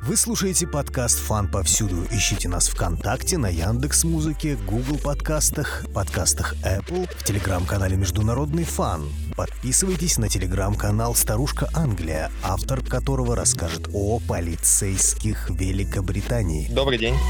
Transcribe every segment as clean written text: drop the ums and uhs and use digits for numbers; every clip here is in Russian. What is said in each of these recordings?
Вы слушаете подкаст «Фан повсюду». Ищите нас ВКонтакте, на Яндекс.Музыке, Google подкастах, подкастах Apple, в телеграм-канале «Международный фан». Подписывайтесь на телеграм-канал «Старушка Англия», автор которого расскажет о полицейских Великобритании. Добрый день.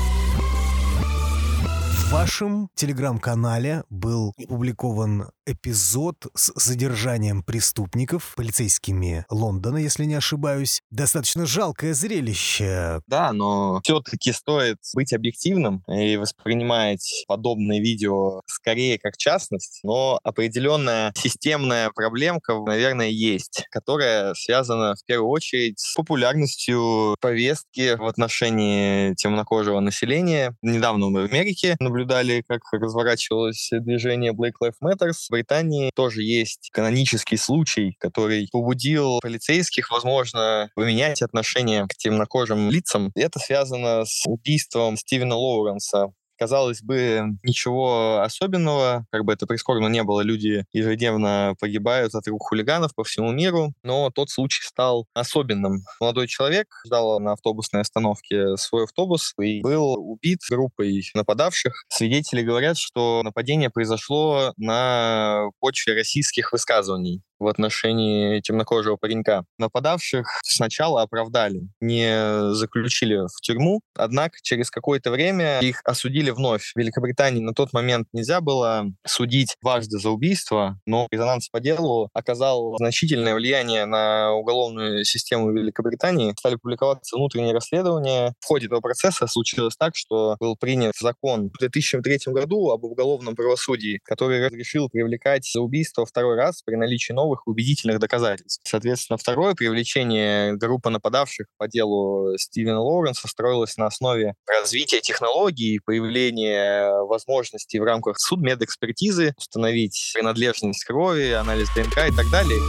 В вашем телеграм-канале был опубликован эпизод с задержанием преступников полицейскими Лондона, если не ошибаюсь. Достаточно жалкое зрелище. Да, но все-таки стоит быть объективным и воспринимать подобные видео скорее как частность, но определенная системная проблемка, наверное, есть, которая связана в первую очередь с популярностью повестки в отношении темнокожего населения. Недавно мы в Америке наблюдали, как разворачивалось движение Black Lives Matter. В Британии тоже есть канонический случай, который побудил полицейских, возможно, поменять отношение к темнокожим лицам. И это связано с убийством Стивена Лоуренса. Казалось бы, ничего особенного, как бы это прискорбно не было, люди ежедневно погибают от рук хулиганов по всему миру, но тот случай стал особенным. Молодой человек ждал на автобусной остановке свой автобус и был убит группой нападавших. Свидетели говорят, что нападение произошло на почве расистских высказываний в отношении темнокожего паренька. Нападавших сначала оправдали, не заключили в тюрьму, однако через какое-то время их осудили вновь. В Великобритании на тот момент нельзя было судить дважды за убийство, но резонанс по делу оказал значительное влияние на уголовную систему Великобритании. Стали публиковаться внутренние расследования. В ходе этого процесса случилось так, что был принят закон в 2003 году об уголовном правосудии, который разрешил привлекать за убийство второй раз при наличии новых убедительных доказательств. Соответственно, второе привлечение группы нападавших по делу Стивена Лоуренса строилось на основе развития технологий, появления возможностей в рамках судмедэкспертизы установить принадлежность крови, анализ ДНК и так далее.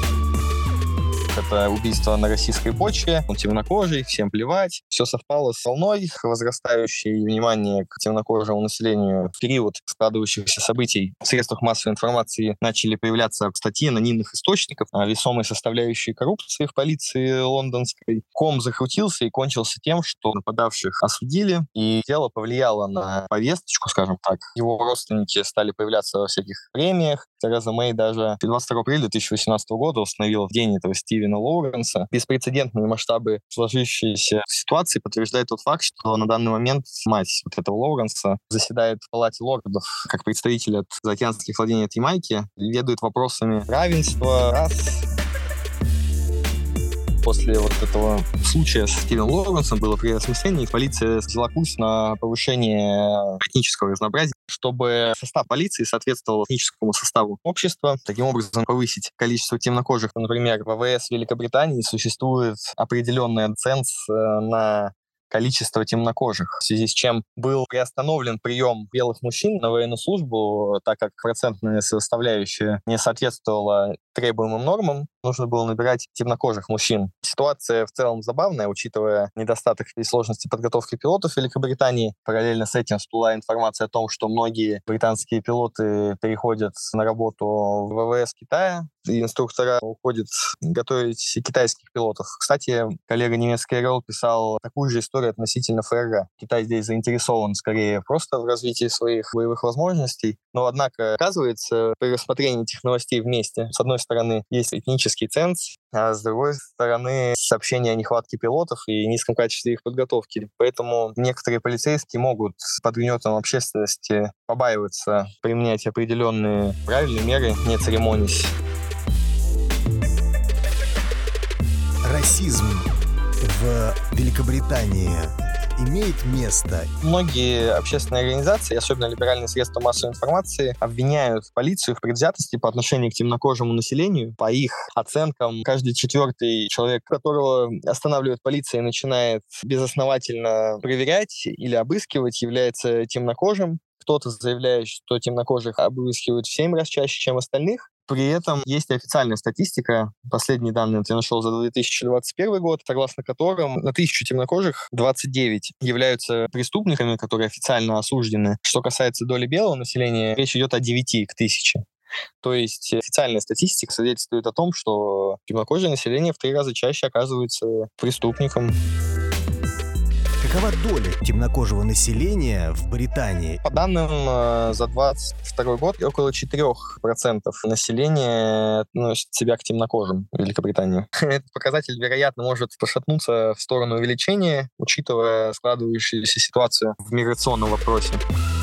Это убийство на российской почве, он темнокожий, всем плевать. Все совпало с волной возрастающей внимания к темнокожему населению. В период складывающихся событий в средствах массовой информации начали появляться статьи анонимных источников о весомой составляющей коррупции в полиции лондонской. Ком закрутился и кончился тем, что нападавших осудили, и дело повлияло на повесточку, скажем так. Его родственники стали появляться во всяких премиях. Тереза Мэй даже 22 апреля 2018 года установила в день этого Стивена Лоуренса. Беспрецедентные масштабы сложившейся ситуации подтверждают тот факт, что на данный момент мать вот этого Лоуренса заседает в Палате лордов как представитель от заокеанских владений от Ямайки, ведает вопросами равенства, рас. После вот этого случая с Стивеном Лоуренсом было переосмысление, и полиция взяла курс на повышение этнического разнообразия, чтобы состав полиции соответствовал этническому составу общества. Таким образом, повысить количество темнокожих. Например, в ВВС Великобритании существует определенный ценз на количество темнокожих, в связи с чем был приостановлен прием белых мужчин на военную службу, так как процентная составляющая не соответствовала требуемым нормам, нужно было набирать темнокожих мужчин. Ситуация в целом забавная, учитывая недостаток и сложности подготовки пилотов в Великобритании. Параллельно с этим всплыла информация о том, что многие британские пилоты переходят на работу в ВВС Китая, и инструктора уходят готовить китайских пилотов. Кстати, коллега немецкий РЛ писал такую же историю относительно ФРГ. Китай здесь заинтересован скорее просто в развитии своих боевых возможностей. Но, однако, оказывается, при рассмотрении этих новостей вместе, с одной стороны, есть этнический ценз, а с другой стороны, сообщение о нехватке пилотов и низком качестве их подготовки. Поэтому некоторые полицейские могут под гнетом общественности побаиваться применять определенные правильные меры, не церемонясь. Расизм в Великобритании имеет место. Многие общественные организации, особенно либеральные средства массовой информации, обвиняют полицию в предвзятости по отношению к темнокожему населению. По их оценкам, каждый четвертый человек, которого останавливает полиция и начинает безосновательно проверять или обыскивать, является темнокожим. Кто-то заявляет, что темнокожих обыскивают в 7 раз чаще, чем остальных. При этом есть официальная статистика, последние данные я нашел за 2021 год, согласно которым на 1000 темнокожих 29 являются преступниками, которые официально осуждены. Что касается доли белого населения, речь идет о 9 к 1000. То есть официальная статистика свидетельствует о том, что темнокожее население в 3 раза чаще оказывается преступником. Какова доля темнокожего населения в Британии? По данным за 2022 год около 4% населения относит себя к темнокожим в Великобритании. Этот показатель, вероятно, может пошатнуться в сторону увеличения, учитывая складывающуюся ситуацию в миграционном вопросе.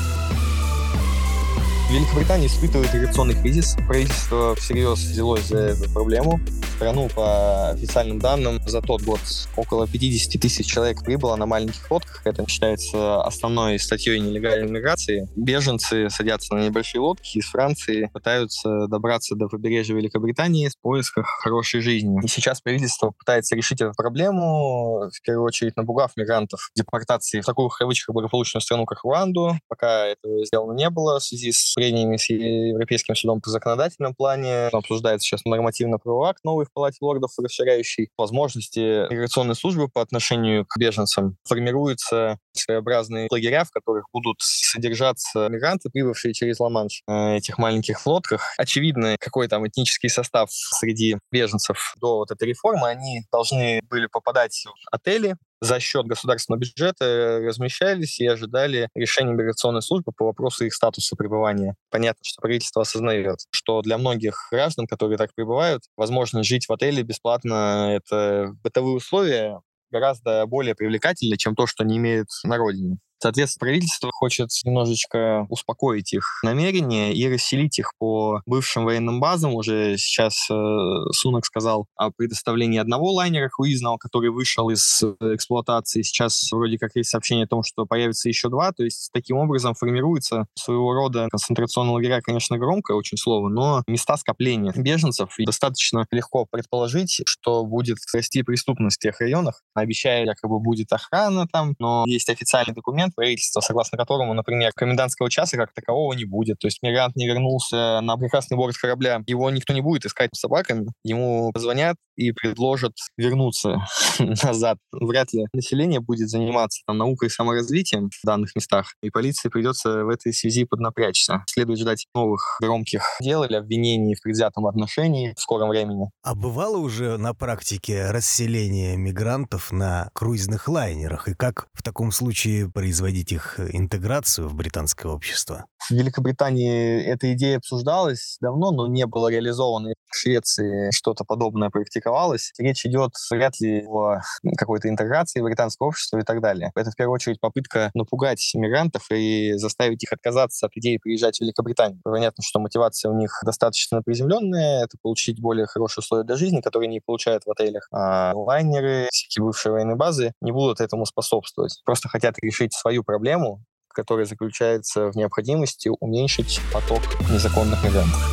Великобритания испытывает миграционный кризис. Правительство всерьез взялось за эту проблему. В страну, по официальным данным, за тот год около 50 тысяч человек прибыло на маленьких лодках. Это считается основной статьей нелегальной миграции. Беженцы садятся на небольшие лодки из Франции, пытаются добраться до побережья Великобритании в поисках хорошей жизни. И сейчас правительство пытается решить эту проблему, в первую очередь напугав мигрантов депортации в такую, в кавычках, благополучную страну, как Руанду. Пока этого сделано не было в связи с прениями с Европейским судом по законодательном плане. Обсуждается сейчас нормативно-правовой акт новый в Палате лордов, расширяющий возможности миграционной службы по отношению к беженцам. Формируются своеобразные лагеря, в которых будут содержаться мигранты, прибывшие через Ла-Манш на этих маленьких лодках. Очевидно, какой там этнический состав среди беженцев до вот этой реформы. Они должны были попадать в отели, за счет государственного бюджета размещались и ожидали решения миграционной службы по вопросу их статуса пребывания. Понятно, что правительство осознает, что для многих граждан, которые так пребывают, возможность жить в отеле бесплатно — это бытовые условия гораздо более привлекательны, чем то, что они имеют на родине. Соответственно, правительство хочет немножечко успокоить их намерения и расселить их по бывшим военным базам. Уже сейчас Сунак сказал о предоставлении одного лайнера круизного, который вышел из эксплуатации. Сейчас вроде как есть сообщение о том, что появится еще два. То есть таким образом формируется своего рода концентрационные лагеря, конечно, громкое очень слово, но места скопления беженцев. И достаточно легко предположить, что будет расти преступность в тех районах. Обещают, якобы будет охрана там, но есть официальный документ правительства, согласно которому, например, комендантского часа как такового не будет. То есть мигрант не вернулся на прекрасный борт корабля, его никто не будет искать с собаками, ему позвонят и предложат вернуться назад. Вряд ли население будет заниматься там наукой и саморазвитием в данных местах, и полиции придется в этой связи поднапрячься. Следует ждать новых громких дел или обвинений в предвзятом отношении в скором времени. А бывало уже на практике расселение мигрантов на круизных лайнерах? И как в таком случае производить их интеграцию в британское общество? В Великобритании эта идея обсуждалась давно, но не было реализовано. В Швеции что-то подобное практиковалось. Речь идет вряд ли о какой-то интеграции британского общества и так далее. Это в первую очередь попытка напугать мигрантов и заставить их отказаться от идеи приезжать в Великобританию. Понятно, что мотивация у них достаточно приземленная. Это получить более хорошие условия для жизни, которые не получают в отелях. А лайнеры, всякие бывшие военные базы не будут этому способствовать. Просто хотят решить свою проблему, которая заключается в необходимости уменьшить поток незаконных мигрантов.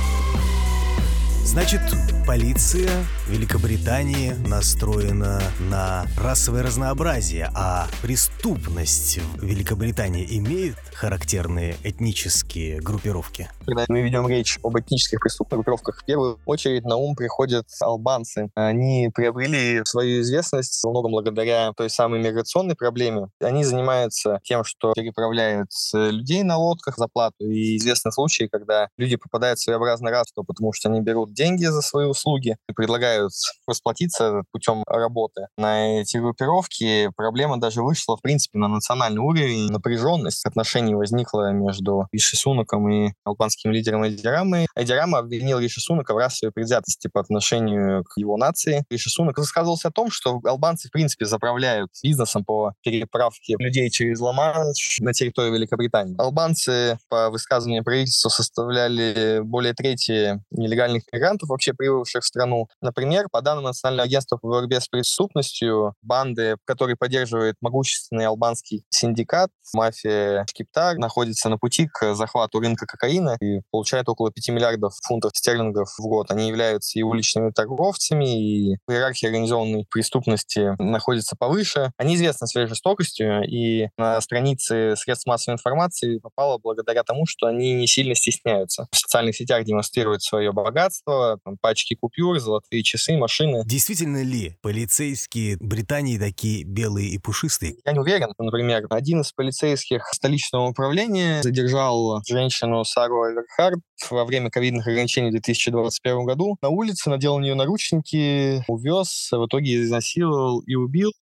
Значит, полиция Великобритании настроена на расовое разнообразие, а преступность в Великобритании имеет характерные этнические группировки? Когда мы ведем речь об этнических преступных группировках, в первую очередь на ум приходят албанцы. Они приобрели свою известность во многом благодаря той самой миграционной проблеме. Они занимаются тем, что переправляют людей на лодках за плату. И известны случаи, когда люди попадают в своеобразное рабство, потому что они берут деньги за свои услуги и предлагают расплатиться путем работы. На эти группировки проблема даже вышла, в принципе, на национальный уровень. Напряженность отношений возникла между Риши Сунаком и албанским лидером Эди Рамой. Эди Рама обвинил Риши Сунака в расовой предвзятости по отношению к его нации. Риши Сунак высказывался о том, что албанцы, в принципе, заправляют бизнесом по переправке людей через Ла-Манш на территорию Великобритании. Албанцы, по высказыванию правительства, составляли более трети нелегальных мигрантов, вообще прибывших в страну. Например, по данным Национального агентства по борьбе с преступностью, банды, которые поддерживает могущественный албанский синдикат, мафия Шкиптар, находится на пути к захвату рынка кокаина и получает около 5 миллиардов фунтов стерлингов в год. Они являются и уличными торговцами, и в иерархии организованной преступности находятся повыше. Они известны своей жестокостью, и на страницы средств массовой информации попало благодаря тому, что они не сильно стесняются. В социальных сетях демонстрируют свое богатство, пачки купюр, золотые часы, машины. Действительно ли полицейские Британии такие белые и пушистые? Я не уверен. Например, один из полицейских столичного управления задержал женщину Сару Эверхард во время ковидных ограничений в 2021 году. На улице надел на нее наручники, увез, в итоге изнасиловал и убил.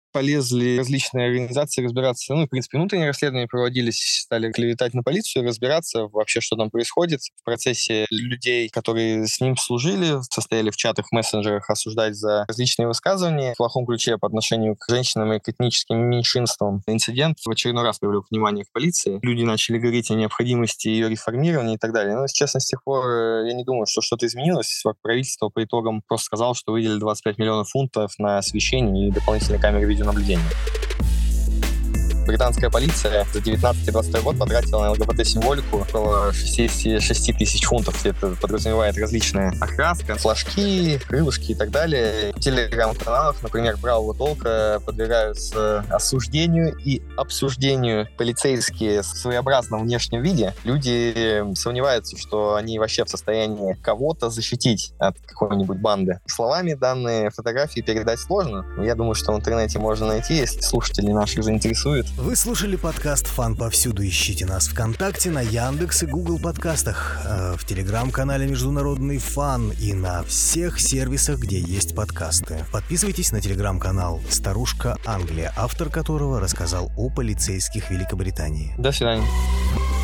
полезли различные организации разбираться. В принципе, внутренние расследования проводились, стали клеветать на полицию, разбираться вообще, что там происходит. В процессе людей, которые с ним служили, состояли в чатах, мессенджерах, осуждать за различные высказывания в плохом ключе по отношению к женщинам и к этническим меньшинствам. Инцидент в очередной раз привлек внимание к полиции. Люди начали говорить о необходимости ее реформирования и так далее. Но, если честно, с тех пор я не думаю, что что-то изменилось. Правительство по итогам просто сказало, что выделили 25 миллионов фунтов на освещение и дополнительные камеры видеонаблюдения. Британская полиция за 19-22 год потратила на ЛГБТ-символику около 66 тысяч фунтов. Это подразумевает различная окраска, флажки, крылышки и так далее. В телеграм-каналах, например, правого толка подвергаются осуждению и обсуждению полицейские в своеобразном внешнем виде. Люди сомневаются, что они вообще в состоянии кого-то защитить от какой-нибудь банды. Словами данные фотографии передать сложно. Я думаю, что в интернете можно найти, если слушатели наших заинтересует. Вы слушали подкаст «Фан повсюду». Ищите нас ВКонтакте, на Яндекс и Google подкастах, в Телеграм-канале «Международный фан» и на всех сервисах, где есть подкасты. Подписывайтесь на Телеграм-канал «Старушка Англия», автор которого рассказал о полицейских Великобритании. До свидания.